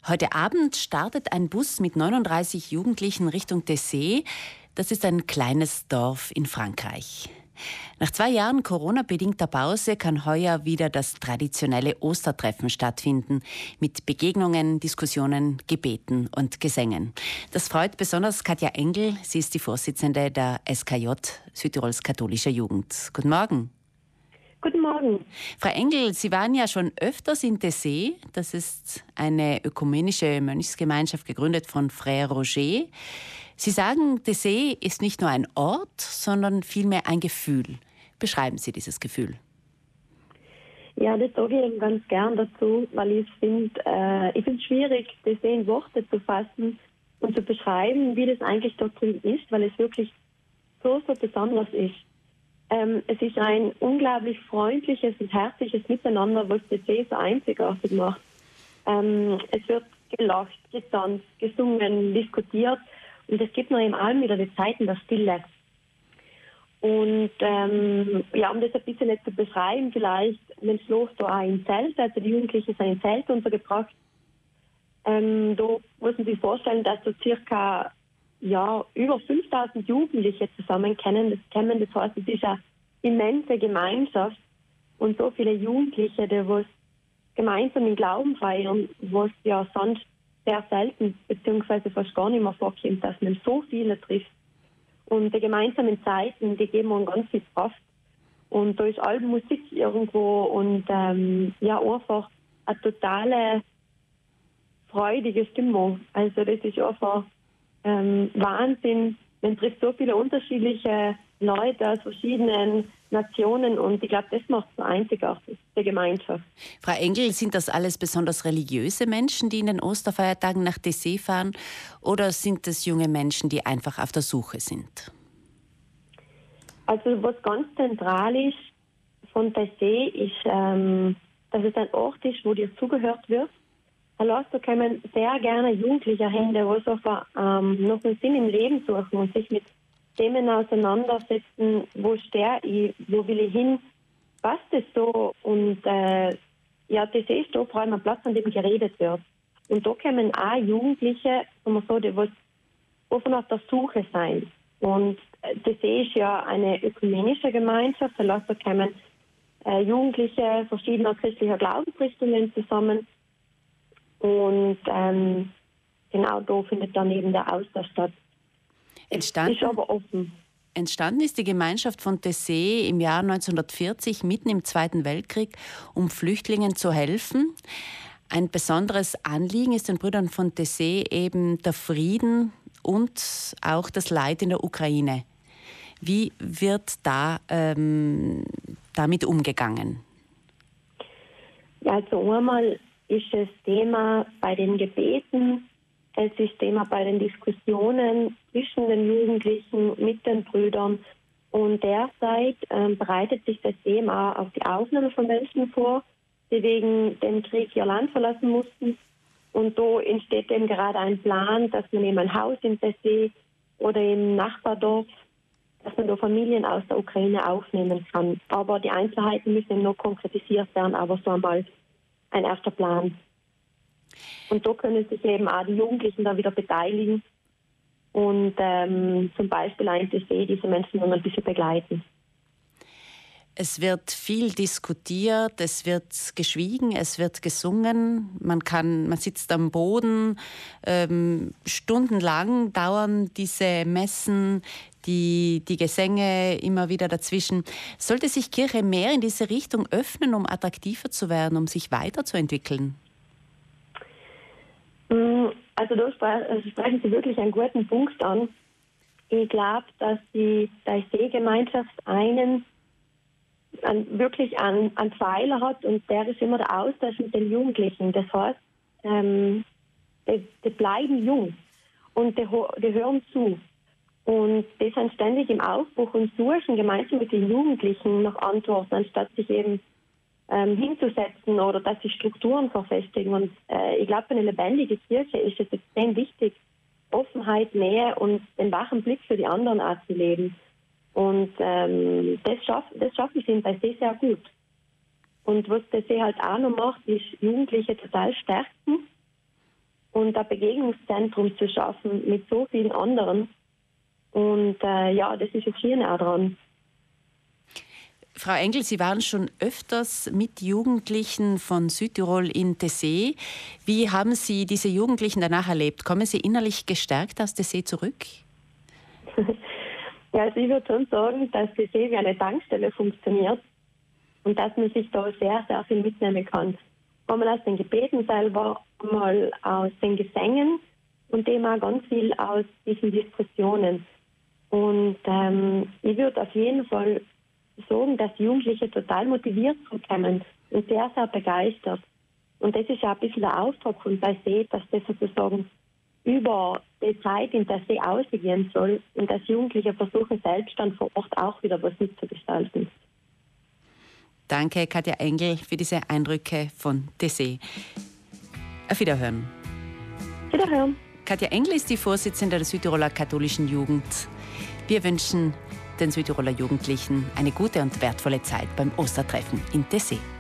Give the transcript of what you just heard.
Heute Abend startet ein Bus mit 39 Jugendlichen Richtung Tessé. Das ist ein kleines Dorf in Frankreich. Nach 2 Jahren Corona-bedingter Pause kann heuer wieder das traditionelle Ostertreffen stattfinden. Mit Begegnungen, Diskussionen, Gebeten und Gesängen. Das freut besonders Katja Engel. Sie ist die Vorsitzende der SKJ, Südtirols katholischer Jugend. Guten Morgen. Guten Morgen. Frau Engel, Sie waren ja schon öfters in Tessé. Das ist eine ökumenische Mönchsgemeinschaft, gegründet von Frère Roger. Sie sagen, Tessé ist nicht nur ein Ort, sondern vielmehr ein Gefühl. Beschreiben Sie dieses Gefühl. Ja, das sage ich eben ganz gern dazu, weil ich finde es schwierig, Tessé in Worte zu fassen und zu beschreiben, wie das eigentlich dort drüben ist, weil es wirklich so besonders ist. Es ist ein unglaublich freundliches und herzliches Miteinander, was Tessé so einzigartig macht. Es wird gelacht, getanzt, gesungen, diskutiert und es gibt noch in allem wieder die Zeiten der Stille. Und um das ein bisschen zu beschreiben, vielleicht, man schläft da auch im Zelt, also die Jugendlichen sind im Zelt untergebracht. Da muss man sich vorstellen, dass so circa über 5000 Jugendliche zusammenkommen. Das heißt, es ist eine immense Gemeinschaft und so viele Jugendliche, die was gemeinsam den Glauben feiern, was ja sonst sehr selten beziehungsweise fast gar nicht mehr vorkommt, dass man so viele trifft. Und die gemeinsamen Zeiten, die geben uns ganz viel Kraft. Und da ist all Musik irgendwo und einfach eine totale freudige Stimmung. Also das ist einfach Wahnsinn. Man trifft so viele unterschiedliche Leute aus verschiedenen Nationen und ich glaube, das macht so einzigartig, die Gemeinschaft. Frau Engel, sind das alles besonders religiöse Menschen, die in den Osterfeiertagen nach Tessé fahren, oder sind es junge Menschen, die einfach auf der Suche sind? Also was ganz zentral ist von Tessé ist, dass es ein Ort ist, wo dir zugehört wird. Da kommen sehr gerne Jugendliche hin, die noch einen Sinn im Leben suchen und sich mit Themen auseinandersetzen, wo stehe ich, wo will ich hin, passt das so? Und das ist da vor allem ein Platz, an dem geredet wird. Und da kommen auch Jugendliche, die was offen auf der Suche sein. Und das ist ja eine ökumenische Gemeinschaft, da kommen Jugendliche verschiedener christlicher Glaubensrichtungen zusammen. Und da findet dann eben der Austausch statt. Ist aber offen. Entstanden ist die Gemeinschaft von Tessé im Jahr 1940, mitten im Zweiten Weltkrieg, um Flüchtlingen zu helfen. Ein besonderes Anliegen ist den Brüdern von Tessé eben der Frieden und auch das Leid in der Ukraine. Wie wird da damit umgegangen? Ja, also einmal ist das Thema bei den Gebeten, es ist Thema bei den Diskussionen zwischen den Jugendlichen, mit den Brüdern. Und derzeit bereitet sich das Thema auf die Aufnahme von Menschen vor, die wegen dem Krieg ihr Land verlassen mussten. Und da entsteht eben gerade ein Plan, dass man eben ein Haus in Tessé oder im Nachbardorf, dass man da Familien aus der Ukraine aufnehmen kann. Aber die Einzelheiten müssen eben noch konkretisiert werden, aber so einmal ein erster Plan. Und da können sich eben auch die Jugendlichen da wieder beteiligen und zum Beispiel ein Tessé diese Menschen dann ein bisschen begleiten. Es wird viel diskutiert, es wird geschwiegen, es wird gesungen. Man sitzt am Boden. Stundenlang dauern diese Messen, die Gesänge immer wieder dazwischen. Sollte sich Kirche mehr in diese Richtung öffnen, um attraktiver zu werden, um sich weiterzuentwickeln? Also da sprechen Sie wirklich einen guten Punkt an. Ich glaube, dass die Tessé-Gemeinschaft wirklich einen Pfeiler hat und der ist immer der Austausch mit den Jugendlichen. Das heißt, die bleiben jung und die hören zu. Und die sind ständig im Aufbruch und suchen gemeinsam mit den Jugendlichen nach Antworten, anstatt sich eben hinzusetzen oder dass sie Strukturen verfestigen. Und ich glaube, für eine lebendige Kirche ist es extrem wichtig, Offenheit, Nähe und den wachen Blick für die anderen auch zu leben. Und das schaffen sie in Tessé sehr gut. Und was Tessé halt auch noch macht, ist Jugendliche total stärken und ein Begegnungszentrum zu schaffen mit so vielen anderen. Und das ist jetzt hier auch dran. Frau Engel, Sie waren schon öfters mit Jugendlichen von Südtirol in Tessé. Wie haben Sie diese Jugendlichen danach erlebt? Kommen Sie innerlich gestärkt aus Tessé zurück? Ja, also ich würde schon sagen, dass Tessé wie eine Tankstelle funktioniert und dass man sich da sehr, sehr viel mitnehmen kann. Einmal aus den Gebeten selber, einmal aus den Gesängen und dem auch ganz viel aus diesen Diskussionen. Und ich würde auf jeden Fall sagen, dass Jugendliche total motiviert kommen und sehr, sehr begeistert. Und das ist auch ein bisschen der Auftrag von Tessé, dass das sozusagen über die Zeit in Tessé ausgehen soll und dass Jugendliche versuchen, selbst dann vor Ort auch wieder was mitzugestalten. Danke, Katja Engel, für diese Eindrücke von Tessé. Auf Wiederhören. Wiederhören. Katja Engel ist die Vorsitzende der Südtiroler katholischen Jugend. Wir wünschen den Südtiroler Jugendlichen eine gute und wertvolle Zeit beim Ostertreffen in Tessé.